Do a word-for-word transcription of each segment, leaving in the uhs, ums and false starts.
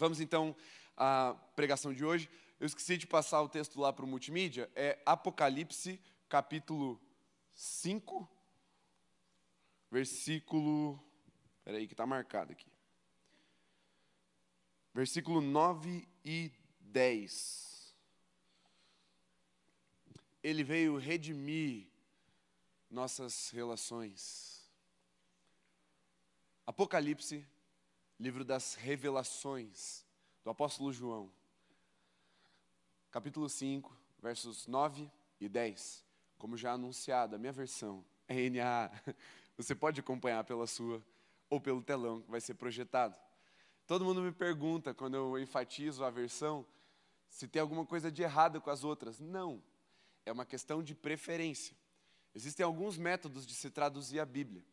Vamos então à pregação de hoje. Eu esqueci de passar o texto lá para o multimídia. É Apocalipse, capítulo cinco, versículo... Espera aí que está marcado aqui. Versículo nove e dez. Ele veio redimir nossas relações. Apocalipse, livro das revelações do apóstolo João. Capítulo cinco, versos nove e dez. Como já anunciado, a minha versão é N A A. Você pode acompanhar pela sua ou pelo telão que vai ser projetado. Todo mundo me pergunta, quando eu enfatizo a versão, se tem alguma coisa de errado com as outras. Não, é uma questão de preferência. Existem alguns métodos de se traduzir a Bíblia.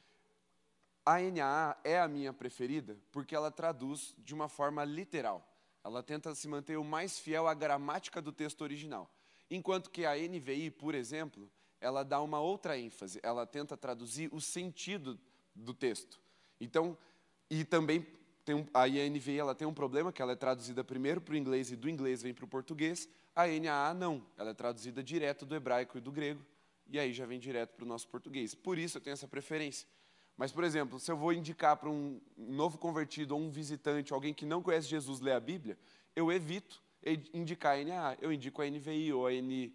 A N A A é a minha preferida porque ela traduz de uma forma literal. Ela tenta se manter o mais fiel à gramática do texto original. Enquanto que a N V I, por exemplo, ela dá uma outra ênfase. Ela tenta traduzir o sentido do texto. Então, e também tem um, a N V I ela tem um problema, que ela é traduzida primeiro para o inglês e do inglês vem para o português. A N A A não, ela é traduzida direto do hebraico e do grego, e aí já vem direto para o nosso português. Por isso eu tenho essa preferência. Mas, por exemplo, se eu vou indicar para um novo convertido ou um visitante, alguém que não conhece Jesus, ler a Bíblia, eu evito indicar a N A A, eu indico a N V I ou a N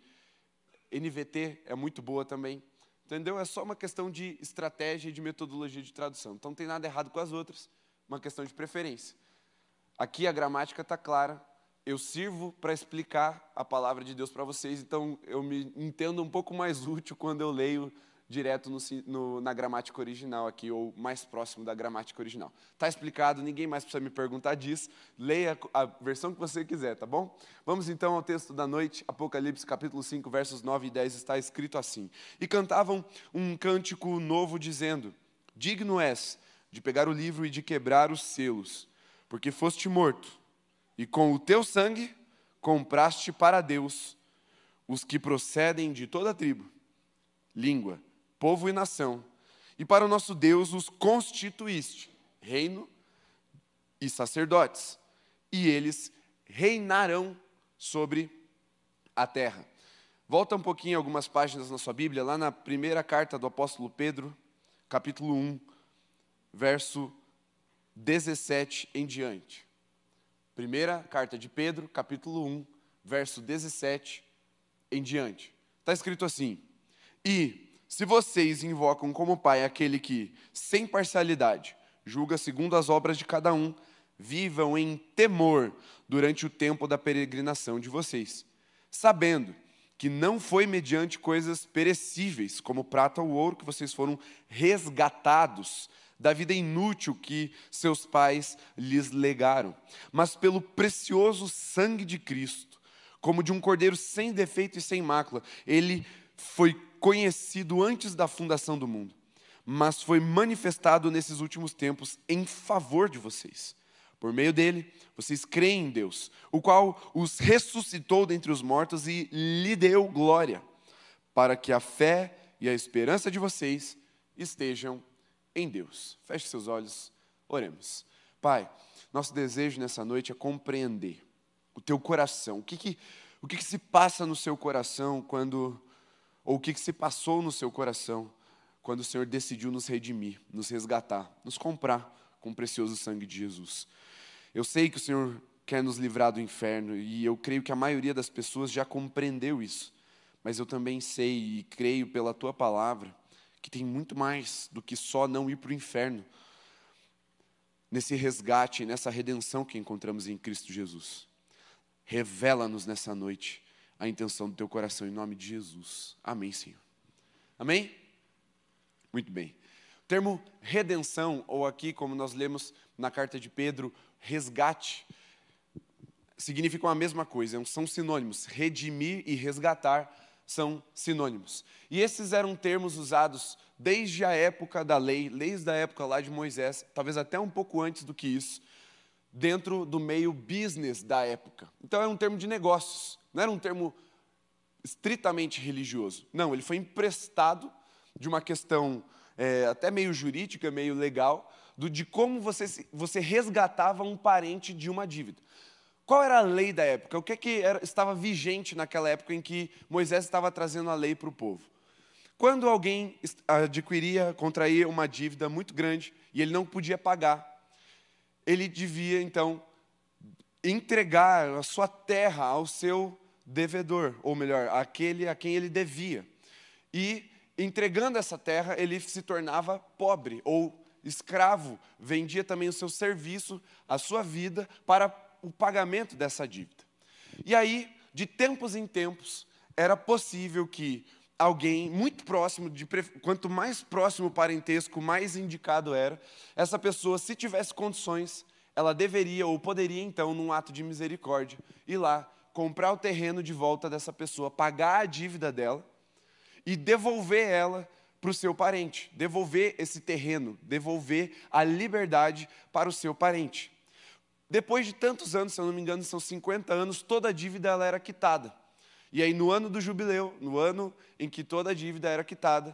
V T, é muito boa também. Entendeu? É só uma questão de estratégia e de metodologia de tradução. Então, não tem nada errado com as outras, uma questão de preferência. Aqui a gramática está clara, eu sirvo para explicar a palavra de Deus para vocês, então eu me entendo um pouco mais útil quando eu leio direto no, no, na gramática original aqui, ou mais próximo da gramática original. Está explicado, ninguém mais precisa me perguntar disso. Leia a versão que você quiser, tá bom? Vamos então ao texto da noite, Apocalipse capítulo cinco, versos nove e dez, está escrito assim. E cantavam um cântico novo, dizendo: digno és de pegar o livro e de quebrar os selos, porque foste morto, e com o teu sangue compraste para Deus os que procedem de toda tribo, língua, povo e nação, e para o nosso Deus os constituíste, reino e sacerdotes, e eles reinarão sobre a terra. Volta um pouquinho algumas páginas na sua Bíblia, lá na primeira carta do apóstolo Pedro, capítulo um, verso dezessete em diante. Primeira carta de Pedro, capítulo um, verso dezessete em diante. Está escrito assim: e se vocês invocam como Pai aquele que, sem parcialidade, julga segundo as obras de cada um, vivam em temor durante o tempo da peregrinação de vocês, sabendo que não foi mediante coisas perecíveis, como prata ou ouro, que vocês foram resgatados da vida inútil que seus pais lhes legaram, mas pelo precioso sangue de Cristo, como de um cordeiro sem defeito e sem mácula. Ele foi conhecido antes da fundação do mundo, mas foi manifestado nesses últimos tempos em favor de vocês. Por meio dele, vocês creem em Deus, o qual os ressuscitou dentre os mortos e lhe deu glória, para que a fé e a esperança de vocês estejam em Deus. Feche seus olhos, oremos. Pai, nosso desejo nessa noite é compreender o teu coração. O que, que, o que, que se passa no seu coração quando... ou o que, que se passou no seu coração quando o Senhor decidiu nos redimir, nos resgatar, nos comprar com o precioso sangue de Jesus. Eu sei que o Senhor quer nos livrar do inferno e eu creio que a maioria das pessoas já compreendeu isso, mas eu também sei e creio pela Tua palavra que tem muito mais do que só não ir para o inferno nesse resgate, nessa redenção que encontramos em Cristo Jesus. Revela-nos nessa noite a intenção do teu coração, em nome de Jesus. Amém, Senhor. Amém? Muito bem. O termo redenção, ou aqui, como nós lemos na carta de Pedro, resgate, significam a mesma coisa, são sinônimos. Redimir e resgatar são sinônimos. E esses eram termos usados desde a época da lei, desde a época lá de Moisés, talvez até um pouco antes do que isso, dentro do meio business da época. Então, era um termo de negócios. Não era um termo estritamente religioso. Não, ele foi emprestado de uma questão é, até meio jurídica, meio legal, do, de como você, você resgatava um parente de uma dívida. Qual era a lei da época? O que, é que era, estava vigente naquela época em que Moisés estava trazendo a lei para o povo? Quando alguém adquiria, contraía uma dívida muito grande e ele não podia pagar, ele devia, então, entregar a sua terra ao seu devedor, ou melhor, àquele a quem ele devia. E, entregando essa terra, ele se tornava pobre ou escravo, vendia também o seu serviço, a sua vida, para o pagamento dessa dívida. E aí, de tempos em tempos, era possível que alguém muito próximo, de, quanto mais próximo o parentesco, mais indicado era, essa pessoa, se tivesse condições, ela deveria ou poderia, então, num ato de misericórdia, ir lá, comprar o terreno de volta dessa pessoa, pagar a dívida dela e devolver ela para o seu parente, devolver esse terreno, devolver a liberdade para o seu parente. Depois de tantos anos, se eu não me engano, são cinquenta anos, toda a dívida ela era quitada. E aí, no ano do jubileu, no ano em que toda a dívida era quitada,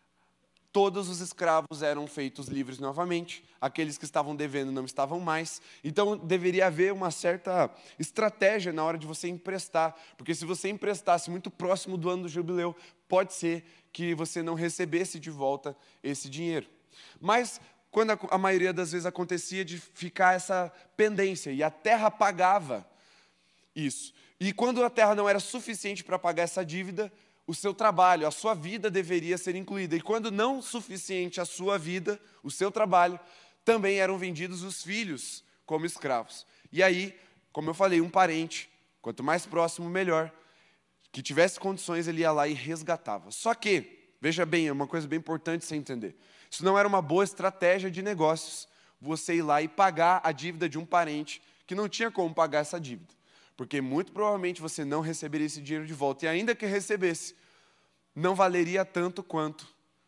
todos os escravos eram feitos livres novamente, aqueles que estavam devendo não estavam mais. Então, deveria haver uma certa estratégia na hora de você emprestar, porque se você emprestasse muito próximo do ano do jubileu, pode ser que você não recebesse de volta esse dinheiro. Mas, quando a, a maioria das vezes acontecia de ficar essa pendência, e a terra pagava isso. E quando a terra não era suficiente para pagar essa dívida, o seu trabalho, a sua vida deveria ser incluída. E quando não suficiente a sua vida, o seu trabalho, também eram vendidos os filhos como escravos. E aí, como eu falei, um parente, quanto mais próximo, melhor, que tivesse condições, ele ia lá e resgatava. Só que, veja bem, é uma coisa bem importante você entender. Isso não era uma boa estratégia de negócios, você ir lá e pagar a dívida de um parente que não tinha como pagar essa dívida. Porque muito provavelmente você não receberia esse dinheiro de volta. E ainda que recebesse, não valeria tanto quanto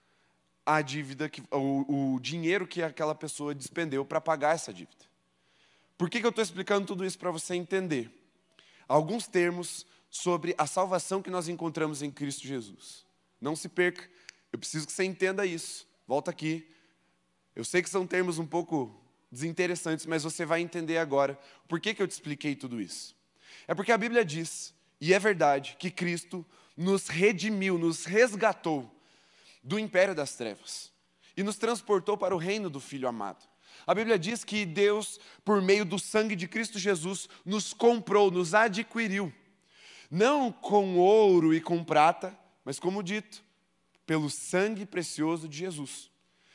a dívida, que, o, o dinheiro que aquela pessoa despendeu para pagar essa dívida. Por que, que eu estou explicando tudo isso para você entender? Alguns termos sobre a salvação que nós encontramos em Cristo Jesus. Não se perca, eu preciso que você entenda isso. Volta aqui. Eu sei que são termos um pouco desinteressantes, mas você vai entender agora por que, que eu te expliquei tudo isso. É porque a Bíblia diz, e é verdade, que Cristo nos redimiu, nos resgatou do império das trevas e nos transportou para o reino do Filho amado. A Bíblia diz que Deus, por meio do sangue de Cristo Jesus, nos comprou, nos adquiriu, não com ouro e com prata, mas como dito, pelo sangue precioso de Jesus.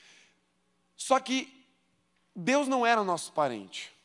Só que Deus não era nosso parente.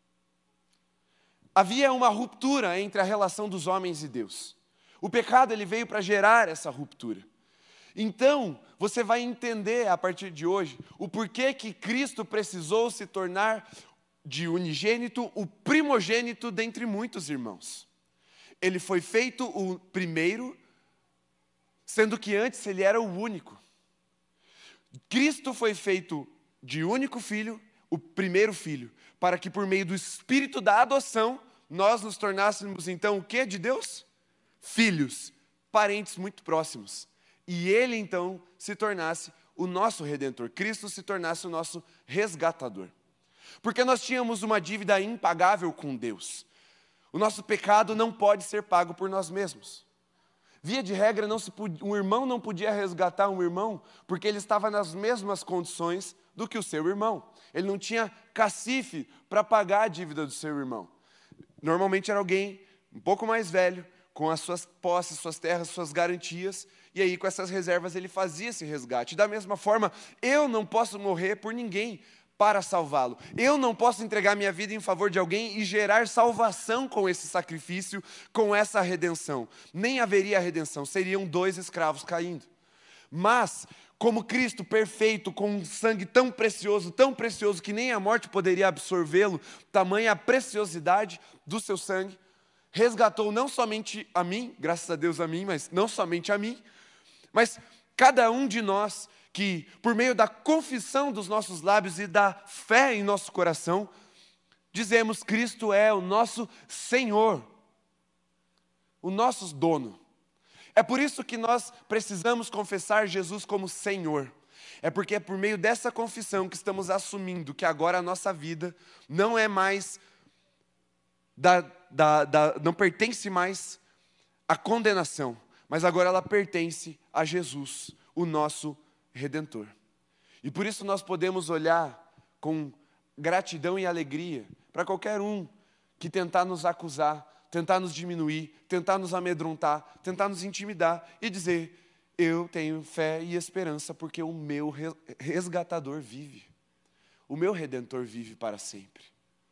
Havia uma ruptura entre a relação dos homens e Deus. O pecado ele veio para gerar essa ruptura. Então, você vai entender a partir de hoje o porquê que Cristo precisou se tornar de unigênito o primogênito dentre muitos irmãos. Ele foi feito o primeiro, sendo que antes ele era o único. Cristo foi feito de único filho, o primeiro filho, para que por meio do Espírito da adoção, nós nos tornássemos então o que de Deus? Filhos, parentes muito próximos. E ele então se tornasse o nosso Redentor, Cristo se tornasse o nosso resgatador. Porque nós tínhamos uma dívida impagável com Deus. O nosso pecado não pode ser pago por nós mesmos. Via de regra, não se podia, um irmão não podia resgatar um irmão porque ele estava nas mesmas condições do que o seu irmão. Ele não tinha cacife para pagar a dívida do seu irmão. Normalmente era alguém um pouco mais velho, com as suas posses, suas terras, suas garantias, e aí com essas reservas ele fazia esse resgate. Da mesma forma, eu não posso morrer por ninguém para salvá-lo. Eu não posso entregar minha vida em favor de alguém e gerar salvação com esse sacrifício, com essa redenção. Nem haveria redenção, seriam dois escravos caindo. Mas, como Cristo perfeito, com um sangue tão precioso, tão precioso que nem a morte poderia absorvê-lo, tamanha a preciosidade do seu sangue, resgatou não somente a mim, graças a Deus a mim, mas não somente a mim, mas cada um de nós que, por meio da confissão dos nossos lábios e da fé em nosso coração, dizemos: Cristo é o nosso Senhor, o nosso dono. É por isso que nós precisamos confessar Jesus como Senhor. É porque é por meio dessa confissão que estamos assumindo que agora a nossa vida não é mais, da, da, da, não pertence mais à condenação, mas agora ela pertence a Jesus, o nosso Redentor. E por isso nós podemos olhar com gratidão e alegria para qualquer um que tentar nos acusar, tentar nos diminuir, tentar nos amedrontar, tentar nos intimidar e dizer: eu tenho fé e esperança porque o meu resgatador vive. O meu Redentor vive para sempre.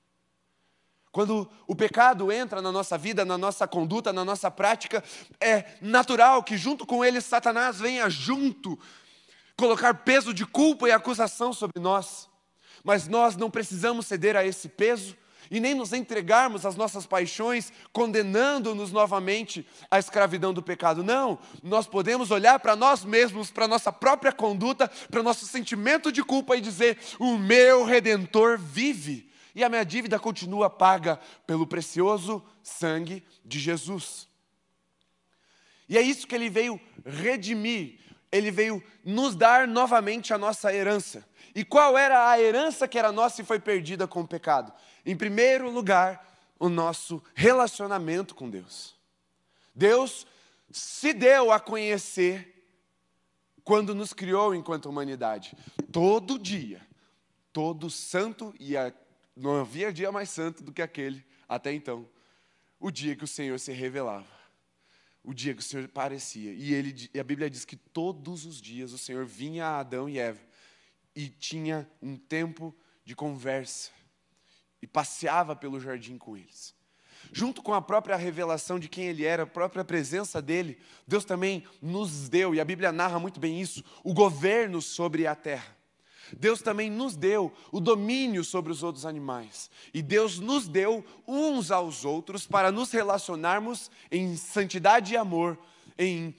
Quando o pecado entra na nossa vida, na nossa conduta, na nossa prática, é natural que junto com ele Satanás venha junto colocar peso de culpa e acusação sobre nós. Mas nós não precisamos ceder a esse peso e nem nos entregarmos às nossas paixões, condenando-nos novamente à escravidão do pecado. Não, nós podemos olhar para nós mesmos, para a nossa própria conduta, para o nosso sentimento de culpa e dizer: o meu Redentor vive. E a minha dívida continua paga pelo precioso sangue de Jesus. E é isso que ele veio redimir. Ele veio nos dar novamente a nossa herança. E qual era a herança que era nossa e foi perdida com o pecado? Em primeiro lugar, o nosso relacionamento com Deus. Deus se deu a conhecer quando nos criou enquanto humanidade. Todo dia, todo santo e a não havia dia mais santo do que aquele, até então, o dia que o Senhor se revelava, o dia que o Senhor aparecia. E, ele, e a Bíblia diz que todos os dias o Senhor vinha a Adão e Eva e tinha um tempo de conversa e passeava pelo jardim com eles. Junto com a própria revelação de quem Ele era, a própria presença dEle, Deus também nos deu, e a Bíblia narra muito bem isso, o governo sobre a terra. Deus também nos deu o domínio sobre os outros animais. E Deus nos deu uns aos outros para nos relacionarmos em santidade e amor, em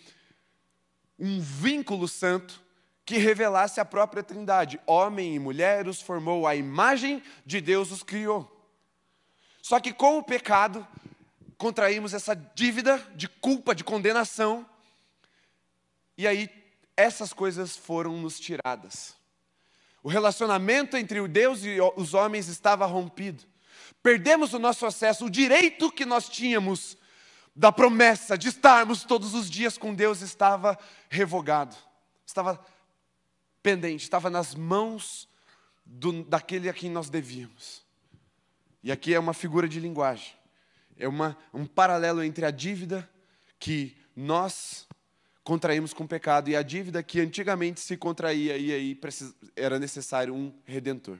um vínculo santo que revelasse a própria Trindade. Homem e mulher os formou, a imagem de Deus os criou. Só que com o pecado, contraímos essa dívida de culpa, de condenação, e aí essas coisas foram nos tiradas. O relacionamento entre o Deus e os homens estava rompido. Perdemos o nosso acesso, o direito que nós tínhamos da promessa de estarmos todos os dias com Deus estava revogado. Estava pendente, estava nas mãos do, daquele a quem nós devíamos. E aqui é uma figura de linguagem. É uma, um paralelo entre a dívida que nós contraímos com o pecado e a dívida que antigamente se contraía e aí precis... era necessário um Redentor.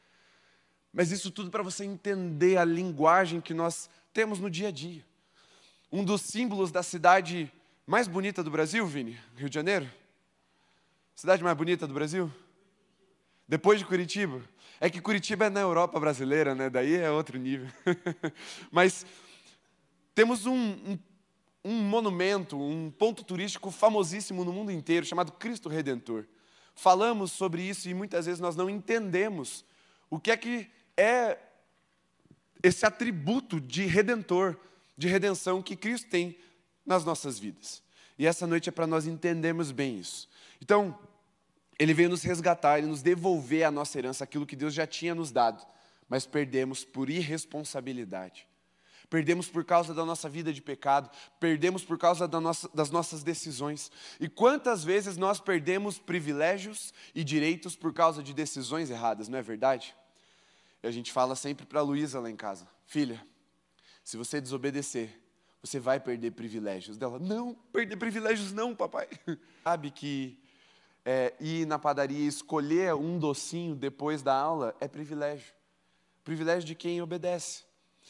Mas isso tudo para você entender a linguagem que nós temos no dia a dia. Um dos símbolos da cidade mais bonita do Brasil, Vini, Rio de Janeiro? Cidade mais bonita do Brasil? Depois de Curitiba. É que Curitiba é na Europa brasileira, né? Daí é outro nível. Mas temos um, um um monumento, um ponto turístico famosíssimo no mundo inteiro, chamado Cristo Redentor. Falamos sobre isso e muitas vezes nós não entendemos o que é que é esse atributo de redentor, de redenção que Cristo tem nas nossas vidas. E essa noite é para nós entendermos bem isso. Então, Ele veio nos resgatar, Ele nos devolver a nossa herança, aquilo que Deus já tinha nos dado, mas perdemos por irresponsabilidade. Perdemos por causa da nossa vida de pecado, perdemos por causa da nossa, das nossas decisões. E quantas vezes nós perdemos privilégios e direitos por causa de decisões erradas, não é verdade? E a gente fala sempre para a Luísa lá em casa: filha, se você desobedecer, você vai perder privilégios. Dela: não, perder privilégios não, papai. Sabe que é, ir na padaria e escolher um docinho depois da aula é privilégio. Privilégio de quem obedece.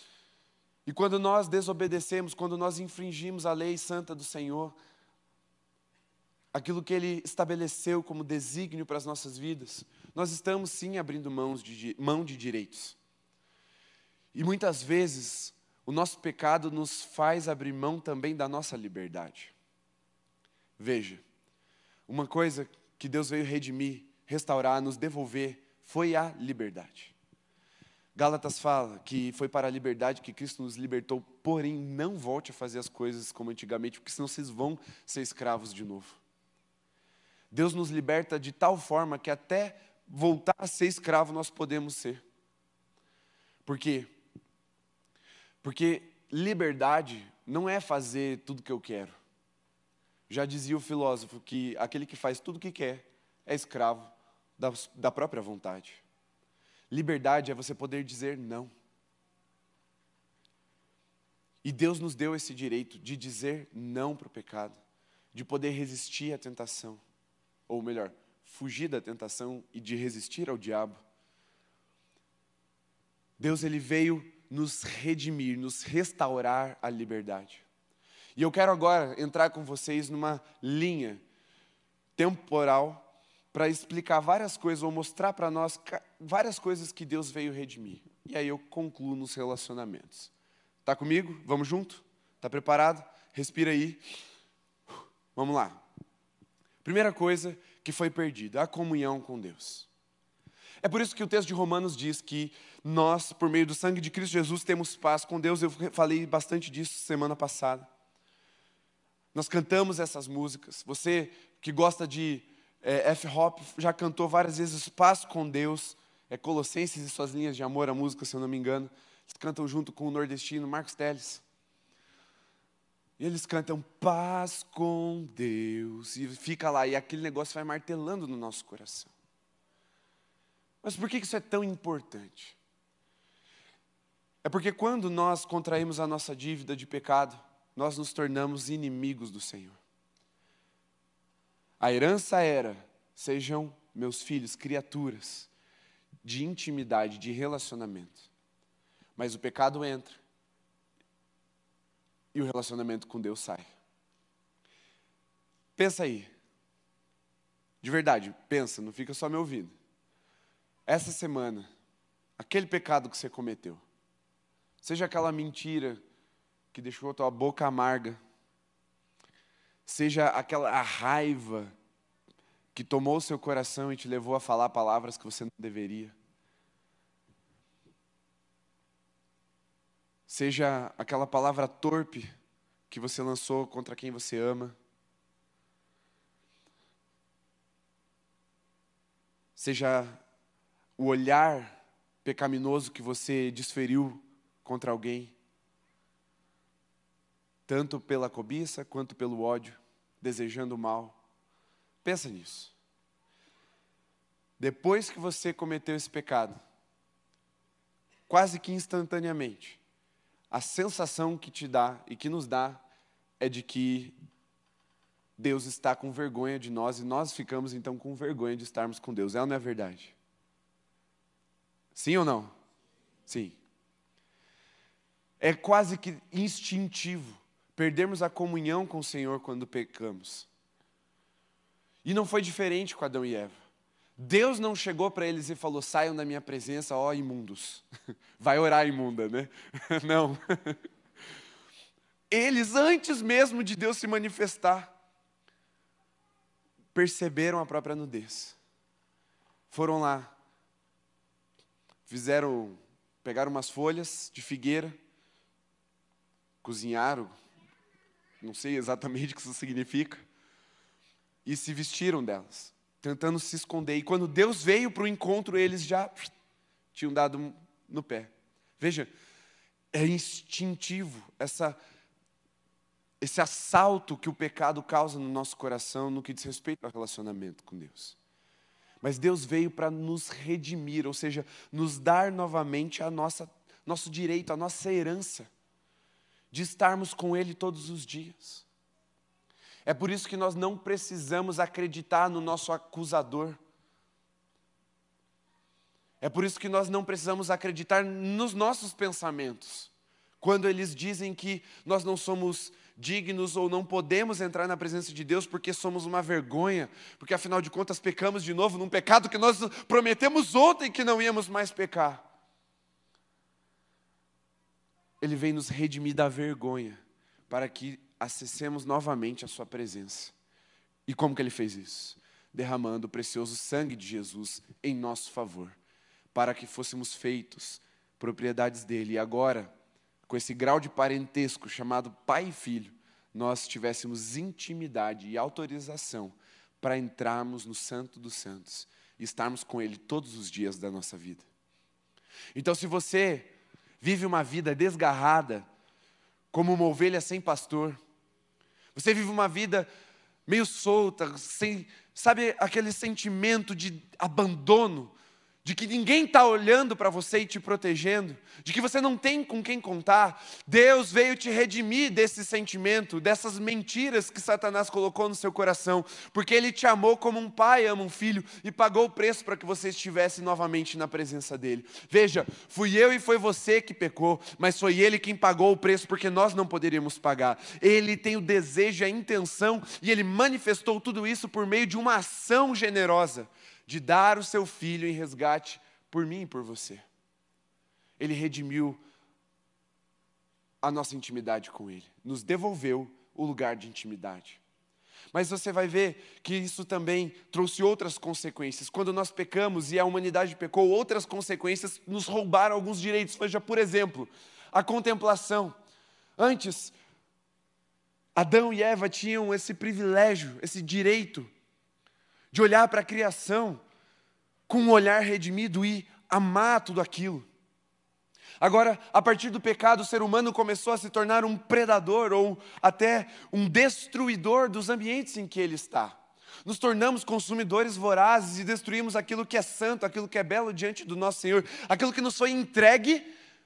E quando nós desobedecemos, quando nós infringimos a lei santa do Senhor, aquilo que Ele estabeleceu como desígnio para as nossas vidas, nós estamos sim abrindo mãos de, mão de direitos. E muitas vezes o nosso pecado nos faz abrir mão também da nossa liberdade. Veja, uma coisa que Deus veio redimir, restaurar, nos devolver, foi a liberdade. Gálatas fala que foi para a liberdade que Cristo nos libertou, porém não volte a fazer as coisas como antigamente, porque senão vocês vão ser escravos de novo. Deus nos liberta de tal forma que até voltar a ser escravo nós podemos ser. Por quê? Porque liberdade não é fazer tudo o que eu quero. Já dizia o filósofo que aquele que faz tudo o que quer é escravo da, da própria vontade. Liberdade é você poder dizer não. E Deus nos deu esse direito de dizer não para o pecado, de poder resistir à tentação, ou melhor, fugir da tentação e de resistir ao diabo. Deus ele veio nos redimir, nos restaurar a liberdade. E eu quero agora entrar com vocês numa linha temporal para explicar várias coisas, ou mostrar para nós várias coisas que Deus veio redimir. E aí eu concluo nos relacionamentos. Tá comigo? Vamos junto? Tá preparado? Respira aí. Vamos lá. Primeira coisa que foi perdida, a comunhão com Deus. É por isso que o texto de Romanos diz que nós, por meio do sangue de Cristo Jesus, temos paz com Deus. Eu falei bastante disso semana passada. Nós cantamos essas músicas. Você que gosta de é, F-Hop já cantou várias vezes Paz com Deus. É Colossenses e suas linhas de amor, a música, se eu não me engano. Eles cantam junto com o nordestino Marcos Teles. E eles cantam paz com Deus. E fica lá, e aquele negócio vai martelando no nosso coração. Mas por que isso é tão importante? É porque quando nós contraímos a nossa dívida de pecado, nós nos tornamos inimigos do Senhor. A herança era, sejam meus filhos, criaturas de intimidade, de relacionamento. Mas o pecado entra e o relacionamento com Deus sai. Pensa aí. De verdade, pensa, não fica só me ouvindo. Essa semana, aquele pecado que você cometeu, seja aquela mentira que deixou a tua boca amarga, seja aquela a raiva que tomou o seu coração e te levou a falar palavras que você não deveria, seja aquela palavra torpe que você lançou contra quem você ama, seja o olhar pecaminoso que você desferiu contra alguém, tanto pela cobiça quanto pelo ódio, desejando o mal. Pensa nisso. Depois que você cometeu esse pecado, quase que instantaneamente, a sensação que te dá e que nos dá é de que Deus está com vergonha de nós e nós ficamos então com vergonha de estarmos com Deus. É ou não é verdade? Sim ou não? Sim. É quase que instintivo perdermos a comunhão com o Senhor quando pecamos. E não foi diferente com Adão e Eva. Deus não chegou para eles e falou, saiam da minha presença, ó imundos. Vai orar imunda, né? Não. Eles, antes mesmo de Deus se manifestar, perceberam a própria nudez. Foram lá, fizeram, pegaram umas folhas de figueira, cozinharam, não sei exatamente o que isso significa, e se vestiram delas, tentando se esconder. E quando Deus veio para o encontro, eles já tinham dado no pé. Veja, é instintivo essa, esse assalto que o pecado causa no nosso coração no que diz respeito ao relacionamento com Deus. Mas Deus veio para nos redimir, ou seja, nos dar novamente a nossa, nosso direito, a nossa herança, de estarmos com Ele todos os dias. É por isso que nós não precisamos acreditar no nosso acusador. É por isso que nós não precisamos acreditar nos nossos pensamentos, quando eles dizem que nós não somos dignos ou não podemos entrar na presença de Deus porque somos uma vergonha, porque afinal de contas pecamos de novo num pecado que nós prometemos ontem que não íamos mais pecar. Ele vem nos redimir da vergonha para que acessemos novamente a sua presença. E como que ele fez isso? Derramando o precioso sangue de Jesus em nosso favor, para que fôssemos feitos propriedades dele. E agora, com esse grau de parentesco chamado pai e filho, nós tivéssemos intimidade e autorização para entrarmos no Santo dos Santos e estarmos com Ele todos os dias da nossa vida. Então, se você vive uma vida desgarrada, como uma ovelha sem pastor, você vive uma vida meio solta, sem, sabe, aquele sentimento de abandono, de que ninguém está olhando para você e te protegendo, de que você não tem com quem contar. Deus veio te redimir desse sentimento, dessas mentiras que Satanás colocou no seu coração, porque Ele te amou como um pai ama um filho e pagou o preço para que você estivesse novamente na presença dEle. Veja, fui eu e foi você que pecou, mas foi Ele quem pagou o preço, porque nós não poderíamos pagar. Ele tem o desejo e a intenção, e Ele manifestou tudo isso por meio de uma ação generosa, de dar o seu Filho em resgate por mim e por você. Ele redimiu a nossa intimidade com Ele, nos devolveu o lugar de intimidade. Mas você vai ver que isso também trouxe outras consequências. Quando nós pecamos e a humanidade pecou, outras consequências nos roubaram alguns direitos. Veja, por exemplo, a contemplação. Antes, Adão e Eva tinham esse privilégio, esse direito de olhar para a criação com um olhar redimido e amar tudo aquilo. Agora, a partir do pecado, o ser humano começou a se tornar um predador ou até um destruidor dos ambientes em que ele está. Nos tornamos consumidores vorazes e destruímos aquilo que é santo, aquilo que é belo diante do nosso Senhor, aquilo que nos foi entregue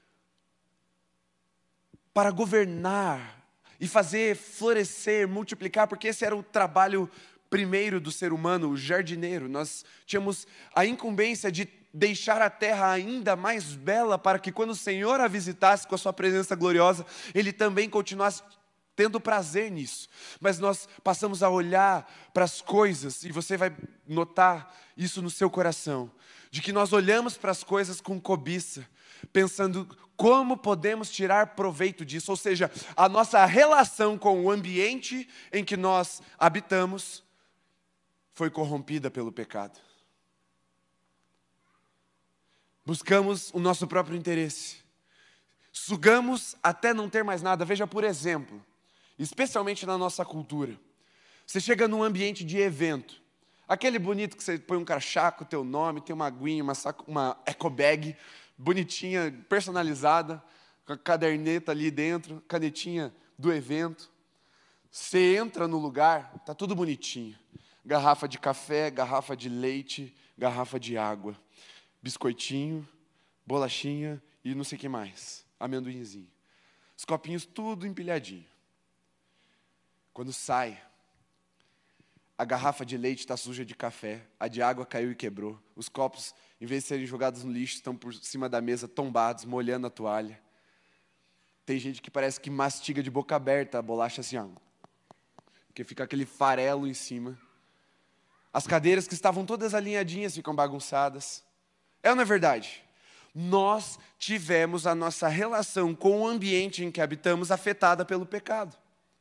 para governar e fazer florescer, multiplicar, porque esse era o trabalho primeiro do ser humano, o jardineiro. Nós tínhamos a incumbência de deixar a terra ainda mais bela, para que quando o Senhor a visitasse com a sua presença gloriosa, Ele também continuasse tendo prazer nisso. Mas nós passamos a olhar para as coisas, e você vai notar isso no seu coração, de que nós olhamos para as coisas com cobiça, pensando como podemos tirar proveito disso, ou seja, a nossa relação com o ambiente em que nós habitamos foi corrompida pelo pecado. Buscamos o nosso próprio interesse. Sugamos até não ter mais nada. Veja, por exemplo, especialmente na nossa cultura. Você chega num ambiente de evento. Aquele bonito que você põe um crachá com o teu nome, tem uma aguinha, uma, saco, uma eco bag bonitinha, personalizada, com a caderneta ali dentro, canetinha do evento. Você entra no lugar, está tudo bonitinho. Garrafa de café, garrafa de leite, garrafa de água, biscoitinho, bolachinha e não sei o que mais, amendoinzinho. Os copinhos tudo empilhadinho. Quando sai, a garrafa de leite está suja de café, a de água caiu e quebrou. Os copos, em vez de serem jogados no lixo, estão por cima da mesa tombados, molhando a toalha. Tem gente que parece que mastiga de boca aberta a bolacha assim, ó, porque fica aquele farelo em cima. As cadeiras que estavam todas alinhadinhas ficam bagunçadas. É ou não é verdade? Nós tivemos a nossa relação com o ambiente em que habitamos afetada pelo pecado.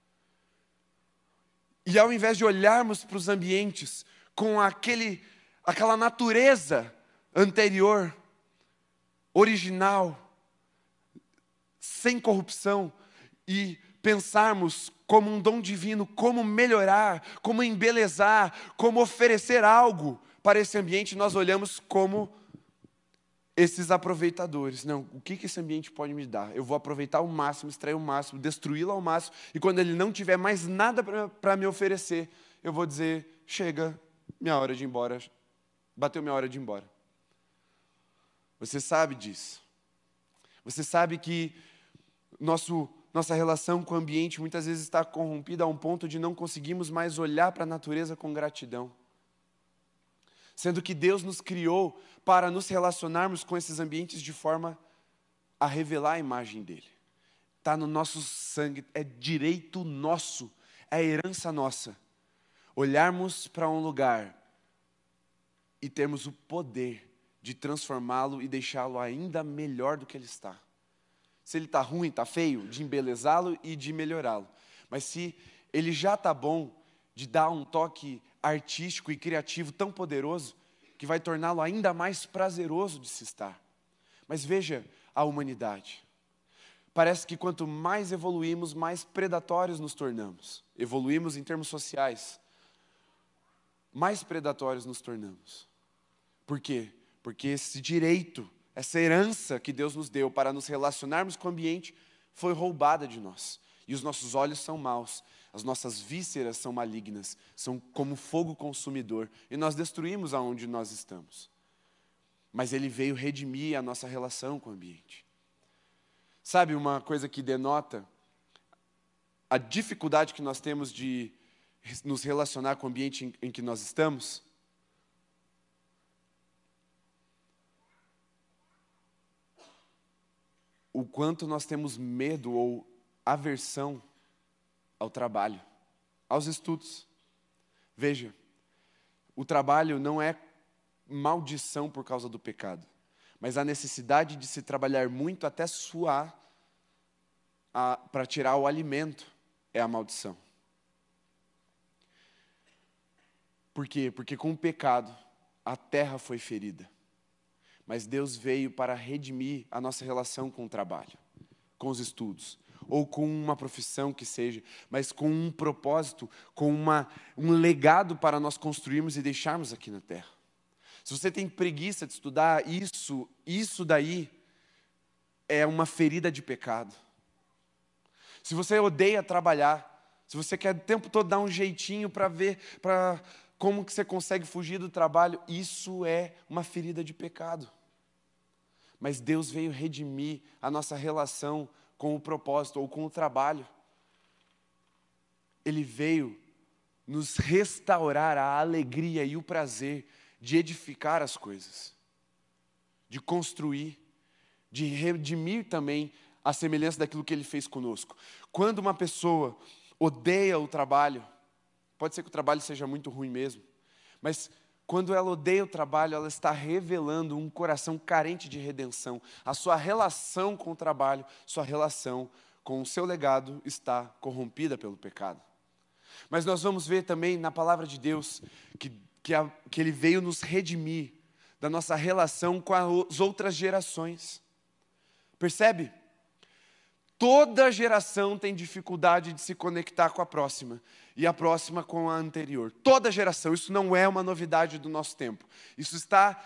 E ao invés de olharmos para os ambientes com aquele, aquela natureza anterior, original, sem corrupção, e pensarmos como um dom divino, como melhorar, como embelezar, como oferecer algo para esse ambiente, nós olhamos como esses aproveitadores. Não, o que esse ambiente pode me dar? Eu vou aproveitar ao máximo, extrair o máximo, destruí-lo ao máximo, e quando ele não tiver mais nada para me oferecer, eu vou dizer, chega, minha hora de ir embora, bateu minha hora de ir embora. Você sabe disso. Você sabe que nosso, nossa relação com o ambiente muitas vezes está corrompida a um ponto de não conseguirmos mais olhar para a natureza com gratidão. Sendo que Deus nos criou para nos relacionarmos com esses ambientes de forma a revelar a imagem dEle. Está no nosso sangue, é direito nosso, é herança nossa. Olharmos para um lugar e termos o poder de transformá-lo e deixá-lo ainda melhor do que ele está. Se ele está ruim, está feio, de embelezá-lo e de melhorá-lo. Mas se ele já está bom, de dar um toque artístico e criativo tão poderoso, que vai torná-lo ainda mais prazeroso de se estar. Mas veja a humanidade. Parece que quanto mais evoluímos, mais predatórios nos tornamos. Evoluímos em termos sociais. mais predatórios nos tornamos. Por quê? Porque esse direito, essa herança que Deus nos deu para nos relacionarmos com o ambiente foi roubada de nós. E os nossos olhos são maus, as nossas vísceras são malignas, são como fogo consumidor, e nós destruímos aonde nós estamos. Mas Ele veio redimir a nossa relação com o ambiente. Sabe uma coisa que denota a dificuldade que nós temos de nos relacionar com o ambiente em, em que nós estamos? O quanto nós temos medo ou aversão ao trabalho, aos estudos. Veja, o trabalho não é maldição por causa do pecado, mas a necessidade de se trabalhar muito até suar para tirar o alimento é a maldição. Por quê? Porque com o pecado a terra foi ferida. Mas Deus veio para redimir a nossa relação com o trabalho, com os estudos, ou com uma profissão que seja, mas com um propósito, com uma, um legado para nós construirmos e deixarmos aqui na terra. Se você tem preguiça de estudar, isso, isso daí é uma ferida de pecado. Se você odeia trabalhar, se você quer o tempo todo dar um jeitinho para ver para como que você consegue fugir do trabalho, isso é uma ferida de pecado. Mas Deus veio redimir a nossa relação com o propósito ou com o trabalho. Ele veio nos restaurar a alegria e o prazer de edificar as coisas, de construir, de redimir também a semelhança daquilo que Ele fez conosco. Quando uma pessoa odeia o trabalho, pode ser que o trabalho seja muito ruim mesmo, mas quando ela odeia o trabalho, ela está revelando um coração carente de redenção. A sua relação com o trabalho, sua relação com o seu legado está corrompida pelo pecado. Mas nós vamos ver também na palavra de Deus que, que, a, que Ele veio nos redimir da nossa relação com as outras gerações. Percebe? Toda geração tem dificuldade de se conectar com a próxima, e a próxima com a anterior. Toda geração, isso não é uma novidade do nosso tempo. Isso está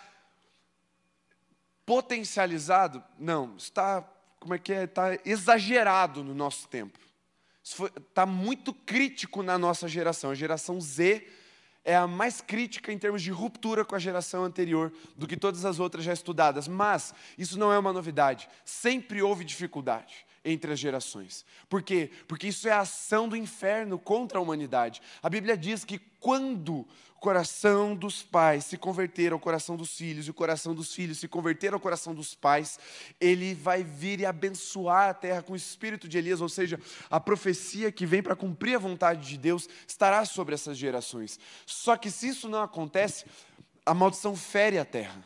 potencializado? Não, está, como é que é? Está exagerado no nosso tempo. Isso foi, está muito crítico na nossa geração. A geração Z é a mais crítica em termos de ruptura com a geração anterior do que todas as outras já estudadas. Mas isso não é uma novidade. Sempre houve dificuldade entre as gerações. Por quê? Porque isso é a ação do inferno contra a humanidade. A Bíblia diz que quando o coração dos pais se converter ao coração dos filhos, e o coração dos filhos se converter ao coração dos pais, Ele vai vir e abençoar a terra com o espírito de Elias, ou seja, a profecia que vem para cumprir a vontade de Deus estará sobre essas gerações. Só que se isso não acontece, a maldição fere a terra.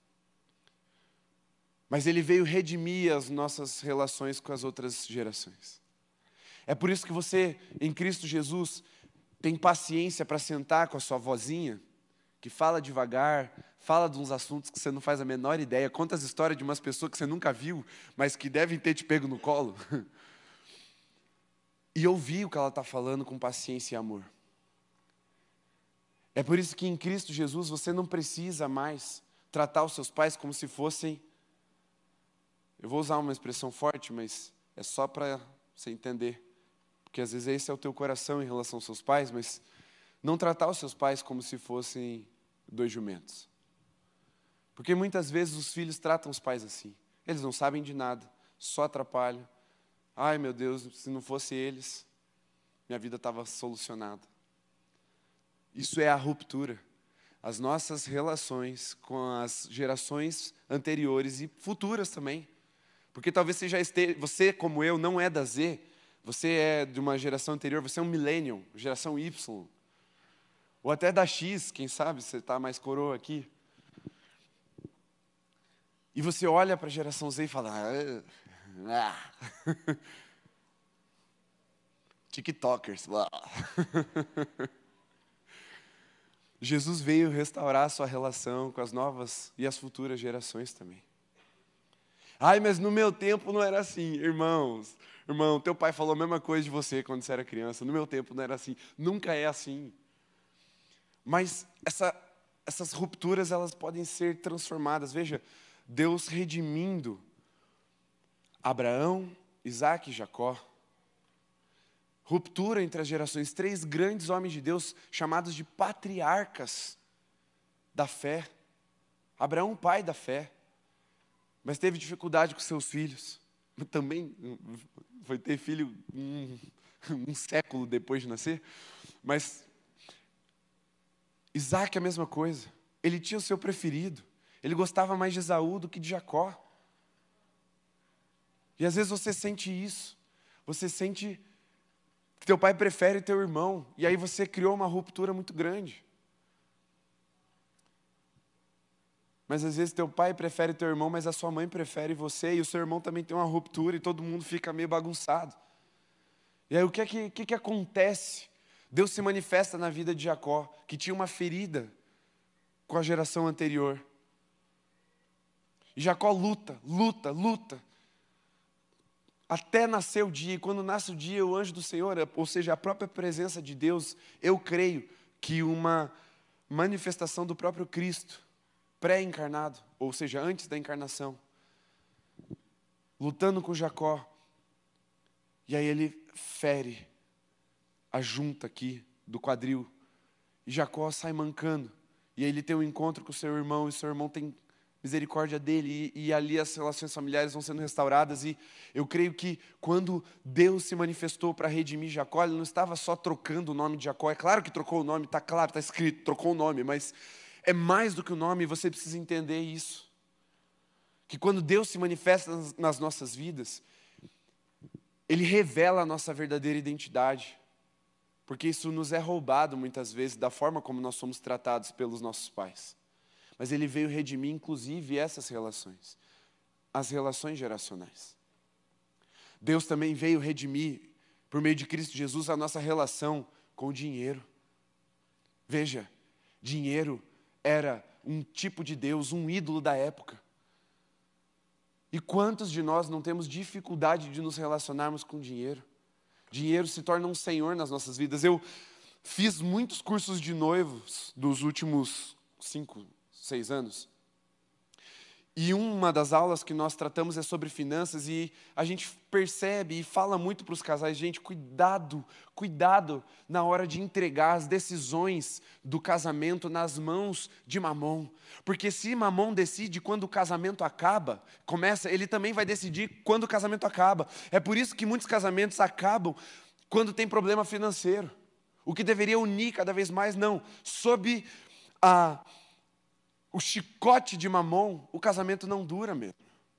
Mas Ele veio redimir as nossas relações com as outras gerações. É por isso que você, em Cristo Jesus, tem paciência para sentar com a sua vozinha, que fala devagar, fala de uns assuntos que você não faz a menor ideia, conta as histórias de umas pessoas que você nunca viu, mas que devem ter te pego no colo. E ouvir o que ela está falando com paciência e amor. É por isso que em Cristo Jesus você não precisa mais tratar os seus pais como se fossem... Eu vou usar uma expressão forte, mas é só para você entender. Porque às vezes esse é o teu coração em relação aos seus pais, mas não tratar os seus pais como se fossem dois jumentos. Porque muitas vezes os filhos tratam os pais assim. Eles não sabem de nada, só atrapalham. Ai, meu Deus, se não fosse eles, minha vida estava solucionada. Isso é a ruptura. As nossas relações com as gerações anteriores e futuras também. Porque talvez você já esteja, você como eu não é da Z, você é de uma geração anterior, você é um millennial, geração Y. Ou até da X, quem sabe, você está mais coroa aqui. E você olha para a geração Z e fala, ah, ah. TikTokers. Jesus veio restaurar a sua relação com as novas e as futuras gerações também. Ai, mas no meu tempo não era assim, irmãos. Irmão, teu pai falou a mesma coisa de você quando você era criança. No meu tempo não era assim. Nunca é assim. Mas essa, essas rupturas, elas podem ser transformadas. Veja, Deus redimindo Abraão, Isaac e Jacó. Ruptura entre as gerações. Três grandes homens de Deus, chamados de patriarcas da fé. Abraão, pai da fé, mas teve dificuldade com seus filhos. Também foi ter filho um, um século depois de nascer. Mas Isaac é a mesma coisa. Ele tinha o seu preferido. Ele gostava mais de Esaú do que de Jacó. E às vezes você sente isso. Você sente que teu pai prefere teu irmão. E aí você criou uma ruptura muito grande. Mas às vezes teu pai prefere teu irmão, mas a sua mãe prefere você. E o seu irmão também tem uma ruptura e todo mundo fica meio bagunçado. E aí o que é que, que, que acontece? Deus se manifesta na vida de Jacó, que tinha uma ferida com a geração anterior. E Jacó luta, luta, luta. Até nascer o dia, e quando nasce o dia, o anjo do Senhor, ou seja, a própria presença de Deus, eu creio que uma manifestação do próprio Cristo, pré-encarnado, ou seja, antes da encarnação, lutando com Jacó, e aí ele fere a junta aqui do quadril, e Jacó sai mancando, e aí ele tem um encontro com o seu irmão, e o seu irmão tem misericórdia dele, e, e ali as relações familiares vão sendo restauradas, e eu creio que quando Deus se manifestou para redimir Jacó, ele não estava só trocando o nome de Jacó, é claro que trocou o nome, está claro, está escrito, trocou o nome, mas é mais do que o nome, você precisa entender isso, que quando Deus se manifesta nas, nas nossas vidas, Ele revela a nossa verdadeira identidade, porque isso nos é roubado muitas vezes da forma como nós somos tratados pelos nossos pais. Mas Ele veio redimir, inclusive, essas relações, as relações geracionais. Deus também veio redimir, por meio de Cristo Jesus, a nossa relação com o dinheiro. Veja, dinheiro era um tipo de Deus, um ídolo da época. E quantos de nós não temos dificuldade de nos relacionarmos com dinheiro? Dinheiro se torna um senhor nas nossas vidas. Eu fiz muitos cursos de noivos dos últimos cinco, seis anos. E uma das aulas que nós tratamos é sobre finanças e a gente percebe e fala muito para os casais, gente, cuidado, cuidado na hora de entregar as decisões do casamento nas mãos de Mamon. Porque se Mamon decide quando o casamento acaba, começa, ele também vai decidir quando o casamento acaba. É por isso que muitos casamentos acabam quando tem problema financeiro. O que deveria unir cada vez mais, não. Sob a... o chicote de Mamon, o casamento não dura mesmo.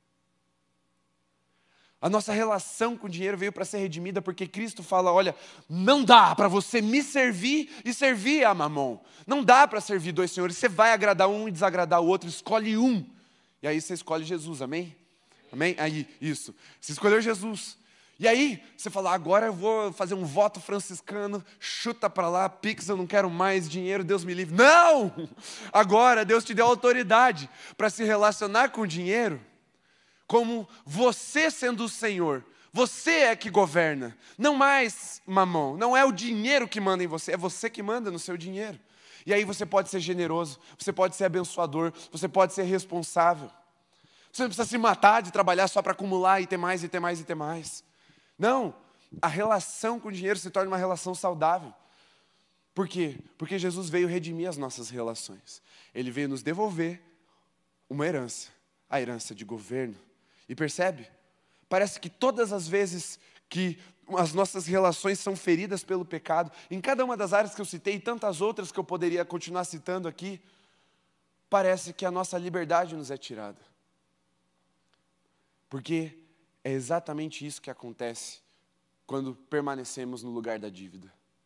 A nossa relação com o dinheiro veio para ser redimida porque Cristo fala, olha, não dá para você me servir e servir a Mamon. Não dá para servir dois senhores, você vai agradar um e desagradar o outro, escolhe um. E aí você escolhe Jesus, amém? Amém? Aí, isso. Você escolheu Jesus. E aí, você fala, agora eu vou fazer um voto franciscano, chuta para lá, Pix, eu não quero mais dinheiro, Deus me livre. Não! Agora Deus te deu autoridade para se relacionar com o dinheiro, como você sendo o Senhor. Você é que governa, não mais Mamon. Não é o dinheiro que manda em você, é você que manda no seu dinheiro. E aí você pode ser generoso, você pode ser abençoador, você pode ser responsável. Você não precisa se matar de trabalhar só para acumular e ter mais, e ter mais, e ter mais. Não, a relação com o dinheiro se torna uma relação saudável. Por quê? Porque Jesus veio redimir as nossas relações. Ele veio nos devolver uma herança, a herança de governo. E percebe? Parece que todas as vezes que as nossas relações são feridas pelo pecado, em cada uma das áreas que eu citei, e tantas outras que eu poderia continuar citando aqui, parece que a nossa liberdade nos é tirada. Porque é exatamente isso que acontece quando permanecemos no lugar da dívida.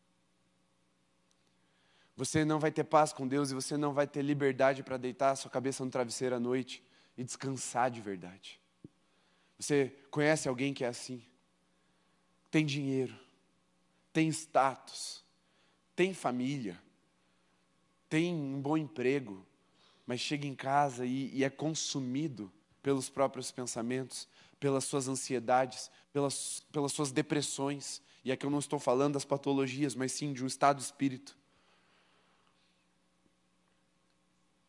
Você não vai ter paz com Deus e você não vai ter liberdade para deitar a sua cabeça no travesseiro à noite e descansar de verdade. Você conhece alguém que é assim? Tem dinheiro, tem status, tem família, tem um bom emprego, mas chega em casa e, e é consumido pelos próprios pensamentos, pelas suas ansiedades, pelas, pelas suas depressões. E aqui eu não estou falando das patologias, mas sim de um estado de espírito.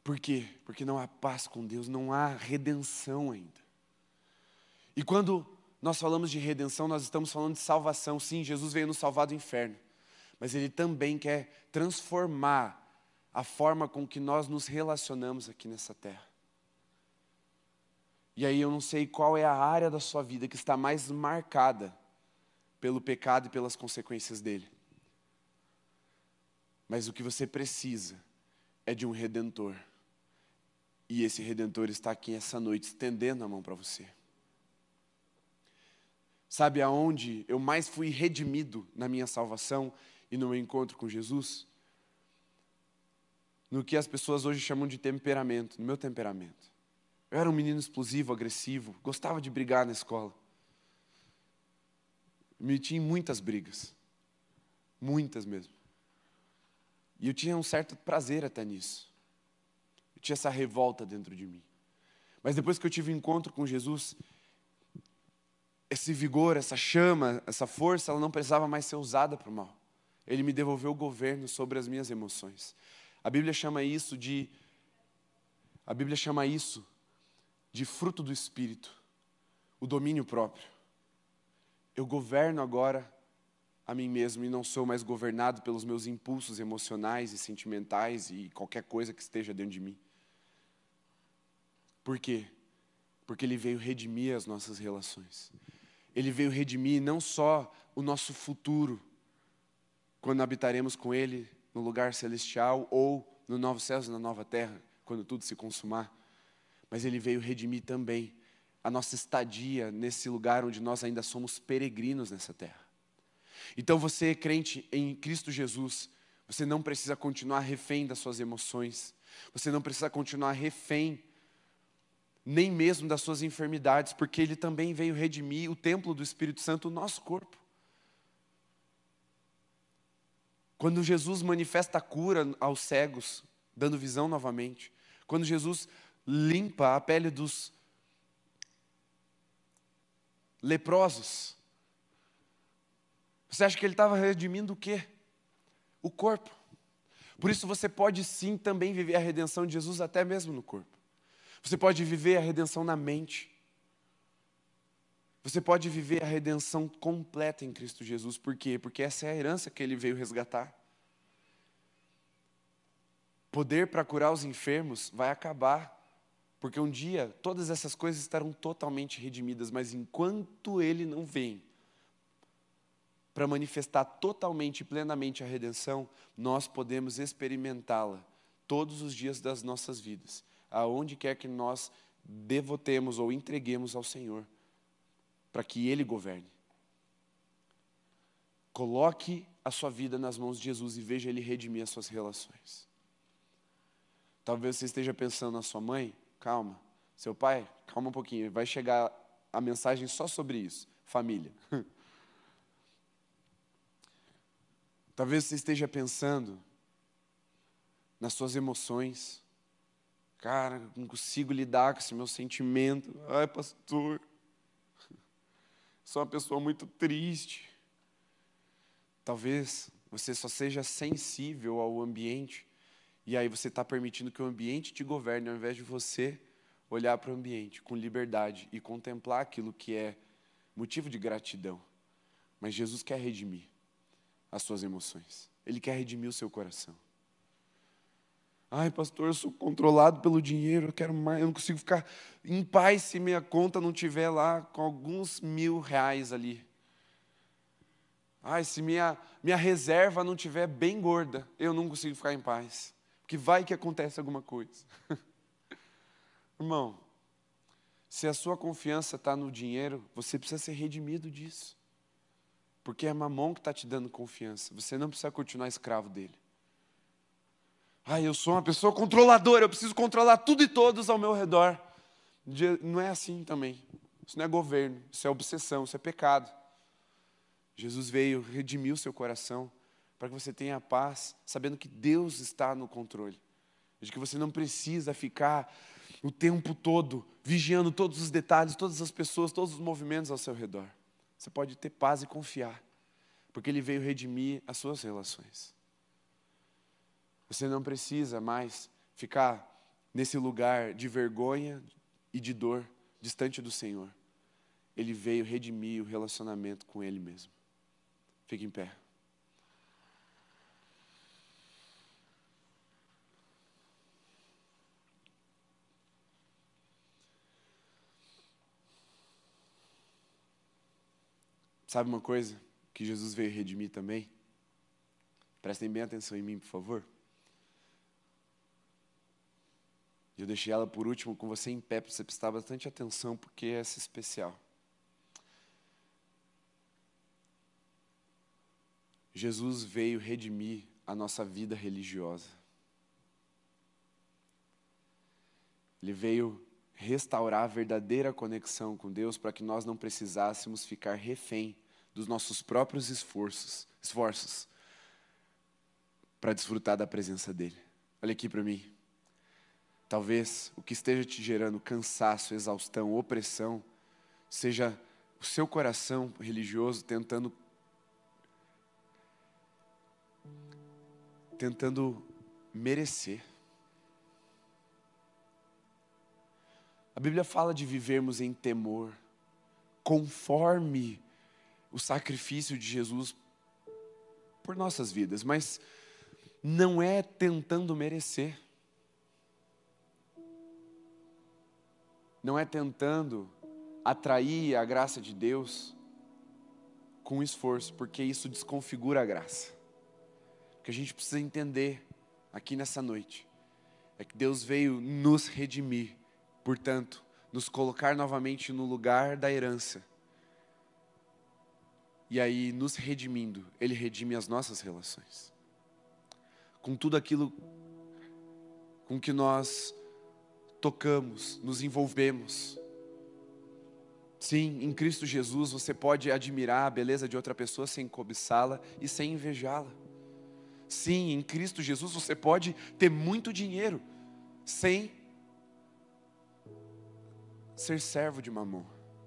Por quê? Porque não há paz com Deus, não há redenção ainda. E quando nós falamos de redenção, nós estamos falando de salvação. Sim, Jesus veio nos salvar do inferno, mas Ele também quer transformar a forma com que nós nos relacionamos aqui nessa terra. E aí eu não sei qual é a área da sua vida que está mais marcada pelo pecado e pelas consequências dele. Mas o que você precisa é de um Redentor. E esse Redentor está aqui essa noite, estendendo a mão para você. Sabe aonde eu mais fui redimido na minha salvação e no meu encontro com Jesus? No que as pessoas hoje chamam de temperamento, no meu temperamento. Eu era um menino explosivo, agressivo, gostava de brigar na escola. Me metia em muitas brigas. Muitas mesmo. E eu tinha um certo prazer até nisso. Eu tinha essa revolta dentro de mim. Mas depois que eu tive um encontro com Jesus, esse vigor, essa chama, essa força, ela não precisava mais ser usada para o mal. Ele me devolveu o governo sobre as minhas emoções. A Bíblia chama isso de, a Bíblia chama isso de fruto do Espírito, o domínio próprio. Eu governo agora a mim mesmo e não sou mais governado pelos meus impulsos emocionais e sentimentais e qualquer coisa que esteja dentro de mim. Por quê? Porque Ele veio redimir as nossas relações. Ele veio redimir não só o nosso futuro, quando habitaremos com Ele no lugar celestial ou no novo céu e na nova terra, quando tudo se consumar, mas Ele veio redimir também a nossa estadia nesse lugar onde nós ainda somos peregrinos nessa terra. Então você, crente em Cristo Jesus, você não precisa continuar refém das suas emoções, você não precisa continuar refém nem mesmo das suas enfermidades, porque Ele também veio redimir o templo do Espírito Santo, o nosso corpo. Quando Jesus manifesta a cura aos cegos, dando visão novamente, quando Jesus limpa a pele dos leprosos, você acha que Ele estava redimindo o quê? O corpo. Por isso você pode sim também viver a redenção de Jesus até mesmo no corpo. Você pode viver a redenção na mente. Você pode viver a redenção completa em Cristo Jesus. Por quê? Porque essa é a herança que Ele veio resgatar. Poder para curar os enfermos vai acabar. Porque um dia todas essas coisas estarão totalmente redimidas. Mas enquanto Ele não vem para manifestar totalmente e plenamente a redenção, nós podemos experimentá-la todos os dias das nossas vidas, aonde quer que nós devotemos ou entreguemos ao Senhor, para que Ele governe. Coloque a sua vida nas mãos de Jesus e veja Ele redimir as suas relações. Talvez você esteja pensando na sua mãe, calma. Seu pai, calma um pouquinho, vai chegar a mensagem só sobre isso, família. Talvez você esteja pensando nas suas emoções. Cara, não consigo lidar com esse meu sentimento. Ai, pastor, sou uma pessoa muito triste. Talvez você só seja sensível ao ambiente, e aí você está permitindo que o ambiente te governe, ao invés de você olhar para o ambiente com liberdade e contemplar aquilo que é motivo de gratidão. Mas Jesus quer redimir as suas emoções. Ele quer redimir o seu coração. Ai, pastor, eu sou controlado pelo dinheiro, eu quero mais, eu não consigo ficar em paz se minha conta não estiver lá com alguns mil reais ali. Ai, se minha, minha reserva não estiver bem gorda, eu não consigo ficar em paz. Porque vai que acontece alguma coisa. Irmão, se a sua confiança está no dinheiro, você precisa ser redimido disso. Porque é Mamon que está te dando confiança. Você não precisa continuar escravo dele. Ah, eu sou uma pessoa controladora, eu preciso controlar tudo e todos ao meu redor. Não é assim também. Isso não é governo, isso é obsessão, isso é pecado. Jesus veio redimir o seu coração para que você tenha paz, sabendo que Deus está no controle. De que você não precisa ficar o tempo todo vigiando todos os detalhes, todas as pessoas, todos os movimentos ao seu redor. Você pode ter paz e confiar, porque Ele veio redimir as suas relações. Você não precisa mais ficar nesse lugar de vergonha e de dor, distante do Senhor, Ele veio redimir o relacionamento com Ele mesmo. Fique em pé. Sabe uma coisa que Jesus veio redimir também? Prestem bem atenção em mim, por favor. Eu deixei ela por último com você em pé, para você prestar bastante atenção, porque essa é especial. Jesus veio redimir a nossa vida religiosa. Ele veio restaurar a verdadeira conexão com Deus para que nós não precisássemos ficar refém dos nossos próprios esforços, esforços para desfrutar da presença dEle. Olha aqui para mim. Talvez o que esteja te gerando cansaço, exaustão, opressão, seja o seu coração religioso tentando tentando merecer. A Bíblia fala de vivermos em temor, conforme o sacrifício de Jesus por nossas vidas, mas não é tentando merecer. Não é tentando atrair a graça de Deus com esforço, porque isso desconfigura a graça. O que a gente precisa entender aqui nessa noite é que Deus veio nos redimir, portanto, nos colocar novamente no lugar da herança. E aí, nos redimindo, Ele redime as nossas relações. Com tudo aquilo com que nós tocamos, nos envolvemos. Sim, em Cristo Jesus você pode admirar a beleza de outra pessoa sem cobiçá-la e sem invejá-la. Sim, em Cristo Jesus você pode ter muito dinheiro sem ser servo de Mamon.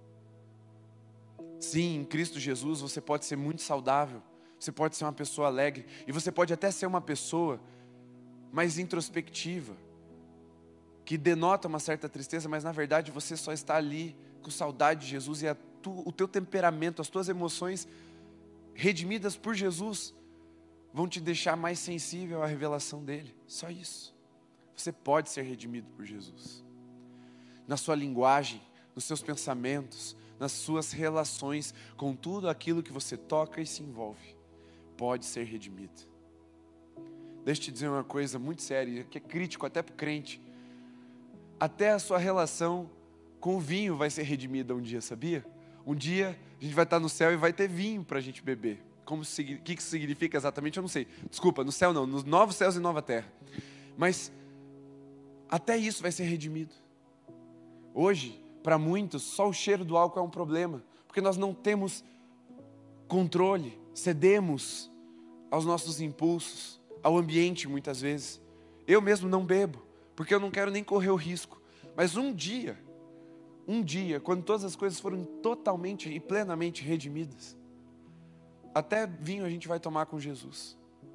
Sim, em Cristo Jesus você pode ser muito saudável, você pode ser uma pessoa alegre e você pode até ser uma pessoa mais introspectiva, que denota uma certa tristeza, mas na verdade você só está ali com saudade de Jesus e a tu, o teu temperamento, as tuas emoções redimidas por Jesus vão te deixar mais sensível à revelação dEle. Só isso. Você pode ser redimido por Jesus. Na sua linguagem, nos seus pensamentos, nas suas relações, com tudo aquilo que você toca e se envolve, pode ser redimido. Deixa eu te dizer uma coisa muito séria, que é crítico até para o crente. Até a sua relação com o vinho vai ser redimida um dia, sabia? Um dia a gente vai estar no céu e vai ter vinho para a gente beber. Como, o que isso significa exatamente, eu não sei. Desculpa, no céu não, nos novos céus e nova terra. Mas até isso vai ser redimido. Hoje, para muitos, só o cheiro do álcool é um problema, porque nós não temos controle, cedemos aos nossos impulsos, ao ambiente muitas vezes. Eu mesmo não bebo, porque eu não quero nem correr o risco. Mas um dia, um dia, quando todas as coisas foram totalmente e plenamente redimidas, até vinho a gente vai tomar com Jesus.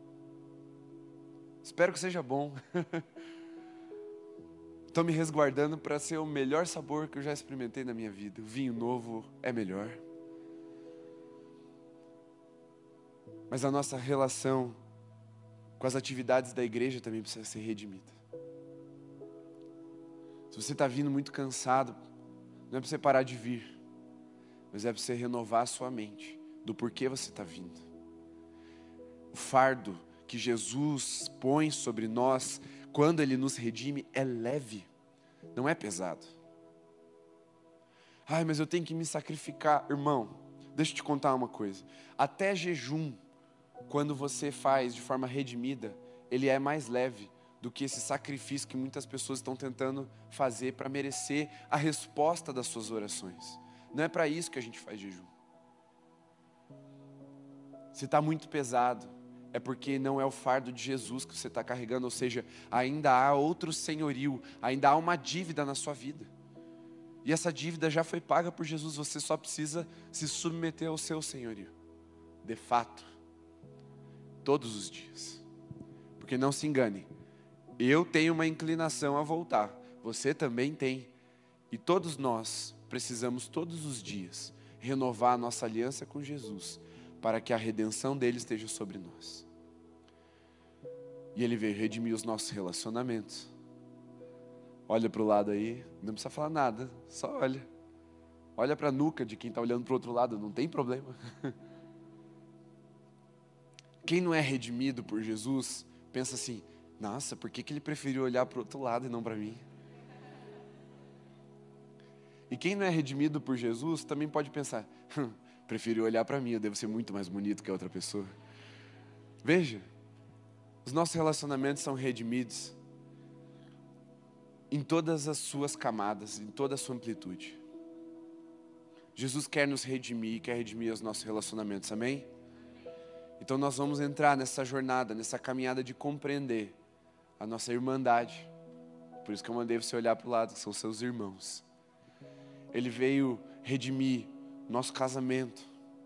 Espero que seja bom. Estou me resguardando para ser o melhor sabor que eu já experimentei na minha vida. O vinho novo é melhor. Mas a nossa relação com as atividades da igreja também precisa ser redimida. Se você está vindo muito cansado, não é para você parar de vir, mas é para você renovar a sua mente do porquê você está vindo. O fardo que Jesus põe sobre nós quando Ele nos redime é leve, não é pesado. Ai, mas eu tenho que me sacrificar. Irmão, deixa eu te contar uma coisa. Até jejum, quando você faz de forma redimida, ele é mais leve do que esse sacrifício que muitas pessoas estão tentando fazer para merecer a resposta das suas orações. Não é para isso que a gente faz jejum. Se está muito pesado, é porque não é o fardo de Jesus que você está carregando, ou seja, ainda há outro senhorio, ainda há uma dívida na sua vida. E essa dívida já foi paga por Jesus, você só precisa se submeter ao seu senhorio. De fato, todos os dias. Porque não se engane, Eu tenho uma inclinação a voltar, você também tem. E todos nós precisamos todos os dias renovar a nossa aliança com Jesus, para que a redenção dele esteja sobre nós. E ele veio redimir os nossos relacionamentos. Olha para o lado aí, não precisa falar nada, só olha. Olha para a nuca de quem está olhando para o outro lado, não tem problema. Quem não é redimido por Jesus, pensa assim, nossa, por que, que ele preferiu olhar para o outro lado e não para mim? E quem não é redimido por Jesus, também pode pensar, hum, preferiu olhar para mim, eu devo ser muito mais bonito que a outra pessoa. Veja, os nossos relacionamentos são redimidos em todas as suas camadas, em toda a sua amplitude. Jesus quer nos redimir, quer redimir os nossos relacionamentos, amém? Então nós vamos entrar nessa jornada, nessa caminhada de compreender a nossa irmandade. Por isso que eu mandei você olhar para o lado, que são seus irmãos. Ele veio redimir nosso casamento.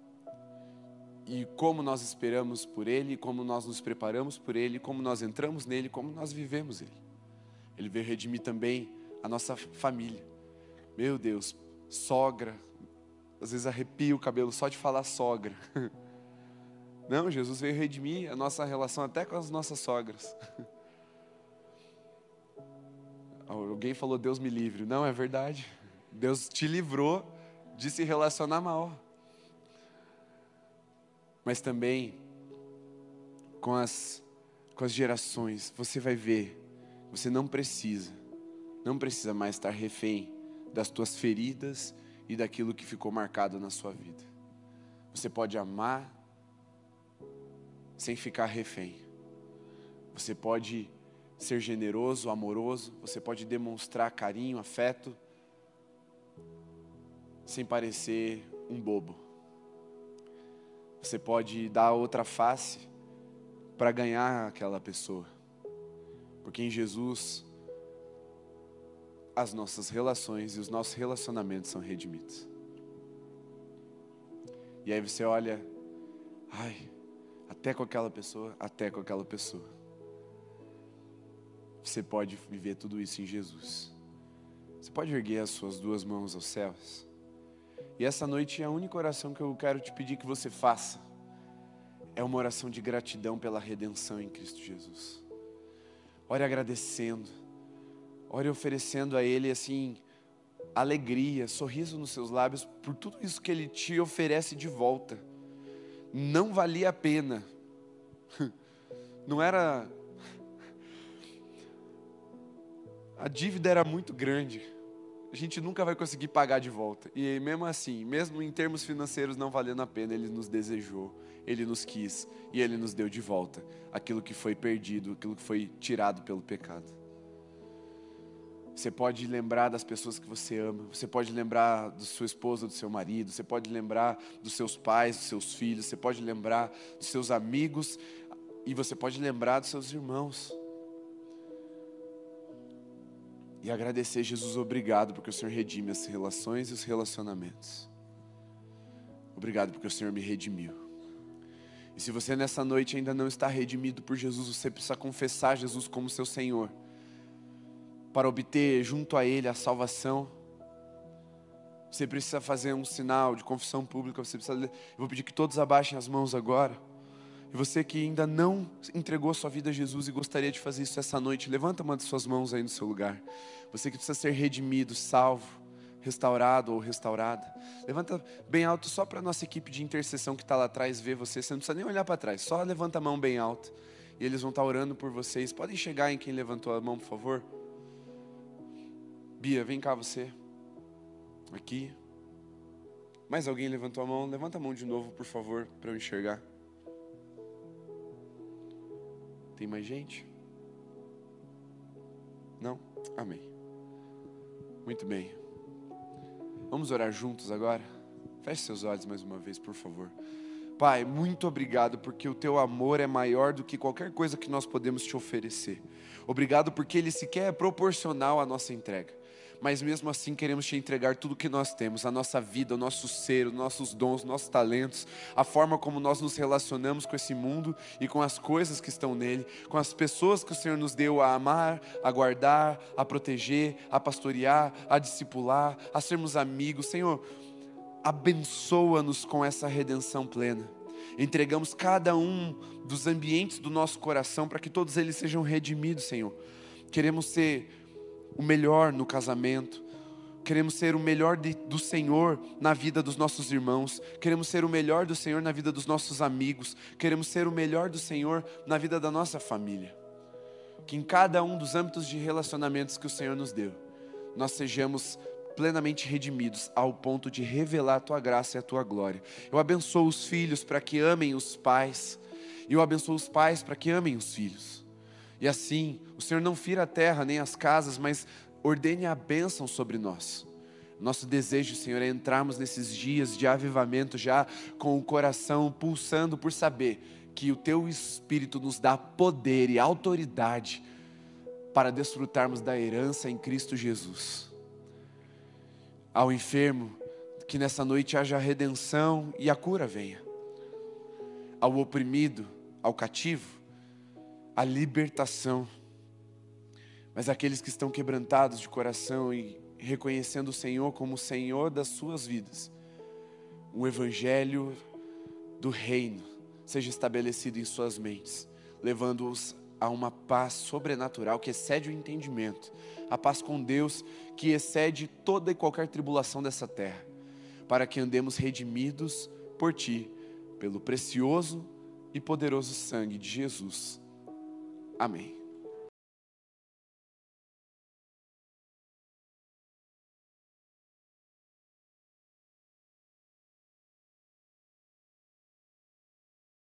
E como nós esperamos por Ele, como nós nos preparamos por Ele, como nós entramos nele, como nós vivemos Ele. Ele veio redimir também a nossa família. Meu Deus, sogra. Às vezes arrepia o cabelo só de falar sogra. Não, Jesus veio redimir a nossa relação até com as nossas sogras. Alguém falou, Deus me livre. Não, é verdade. Deus te livrou de se relacionar mal. Mas também, com as, com as gerações, você vai ver, você não precisa, não precisa mais estar refém das tuas feridas e daquilo que ficou marcado na sua vida. Você pode amar sem ficar refém. Você pode ser generoso, amoroso, você pode demonstrar carinho, afeto, sem parecer um bobo. Você pode dar outra face para ganhar aquela pessoa. Porque em Jesus, as nossas relações e os nossos relacionamentos são redimidos. E aí você olha, ai, até com aquela pessoa, até com aquela pessoa. Você pode viver tudo isso em Jesus. Você pode erguer as suas duas mãos aos céus. E essa noite a única oração que eu quero te pedir que você faça é uma oração de gratidão pela redenção em Cristo Jesus. Ore agradecendo, ore oferecendo a Ele assim, alegria, sorriso nos seus lábios por tudo isso que Ele te oferece de volta. Não valia a pena, não era, a dívida era muito grande, a gente nunca vai conseguir pagar de volta, e mesmo assim, mesmo em termos financeiros não valendo a pena, Ele nos desejou, Ele nos quis, e Ele nos deu de volta aquilo que foi perdido, aquilo que foi tirado pelo pecado. Você pode lembrar das pessoas que você ama, você pode lembrar da sua esposa, do seu marido, você pode lembrar dos seus pais, dos seus filhos, você pode lembrar dos seus amigos e você pode lembrar dos seus irmãos. E agradecer, Jesus, obrigado porque o Senhor redime as relações e os relacionamentos. Obrigado porque o Senhor me redimiu. E se você nessa noite ainda não está redimido por Jesus, você precisa confessar Jesus como seu Senhor, para obter junto a Ele a salvação. Você precisa fazer um sinal de confissão pública. Você precisa, eu vou pedir que todos abaixem as mãos agora. E você que ainda não entregou sua vida a Jesus e gostaria de fazer isso essa noite, levanta uma de suas mãos aí no seu lugar. Você que precisa ser redimido, salvo, restaurado ou restaurada, levanta bem alto só para a nossa equipe de intercessão que está lá atrás ver você. Você não precisa nem olhar para trás, só levanta a mão bem alto e eles vão estar orando por vocês. Podem chegar em quem levantou a mão, por favor? Bia, vem cá você. Aqui. Mais alguém levantou a mão? Levanta a mão de novo, por favor, para eu enxergar. Tem mais gente? Não? Amém. Muito bem. Vamos orar juntos agora? Feche seus olhos mais uma vez, por favor. Pai, muito obrigado porque o Teu amor é maior do que qualquer coisa que nós podemos Te oferecer. Obrigado porque Ele sequer é proporcional à nossa entrega. mas mesmo assim queremos te entregar tudo que nós temos, a nossa vida, o nosso ser, os nossos dons, os nossos talentos, a forma como nós nos relacionamos com esse mundo e com as coisas que estão nele, com as pessoas que o Senhor nos deu a amar, a guardar, a proteger, a pastorear, a discipular, a sermos amigos. Senhor, abençoa-nos com essa redenção plena. Entregamos cada um dos ambientes do nosso coração para que todos eles sejam redimidos, Senhor. Queremos ser o melhor no casamento, queremos ser o melhor de, do Senhor na vida dos nossos irmãos, queremos ser o melhor do Senhor na vida dos nossos amigos, queremos ser o melhor do Senhor na vida da nossa família. Que em cada um dos âmbitos de relacionamentos que o Senhor nos deu, nós sejamos plenamente redimidos ao ponto de revelar a Tua graça e a Tua glória. Eu abençoo os filhos para que amem os pais, e eu abençoo os pais para que amem os filhos. E assim, o Senhor não fira a terra nem as casas, mas ordene a bênção sobre nós. Nosso desejo, Senhor, é entrarmos nesses dias de avivamento já com o coração pulsando por saber que o Teu Espírito nos dá poder e autoridade para desfrutarmos da herança em Cristo Jesus. Ao enfermo, que nessa noite haja a redenção e a cura venha. Ao oprimido, ao cativo, a libertação. Mas aqueles que estão quebrantados de coração e reconhecendo o Senhor como o Senhor das suas vidas, o evangelho do reino seja estabelecido em suas mentes, levando-os a uma paz sobrenatural que excede o entendimento, a paz com Deus que excede toda e qualquer tribulação dessa terra, para que andemos redimidos por Ti, pelo precioso e poderoso sangue de Jesus. Amém.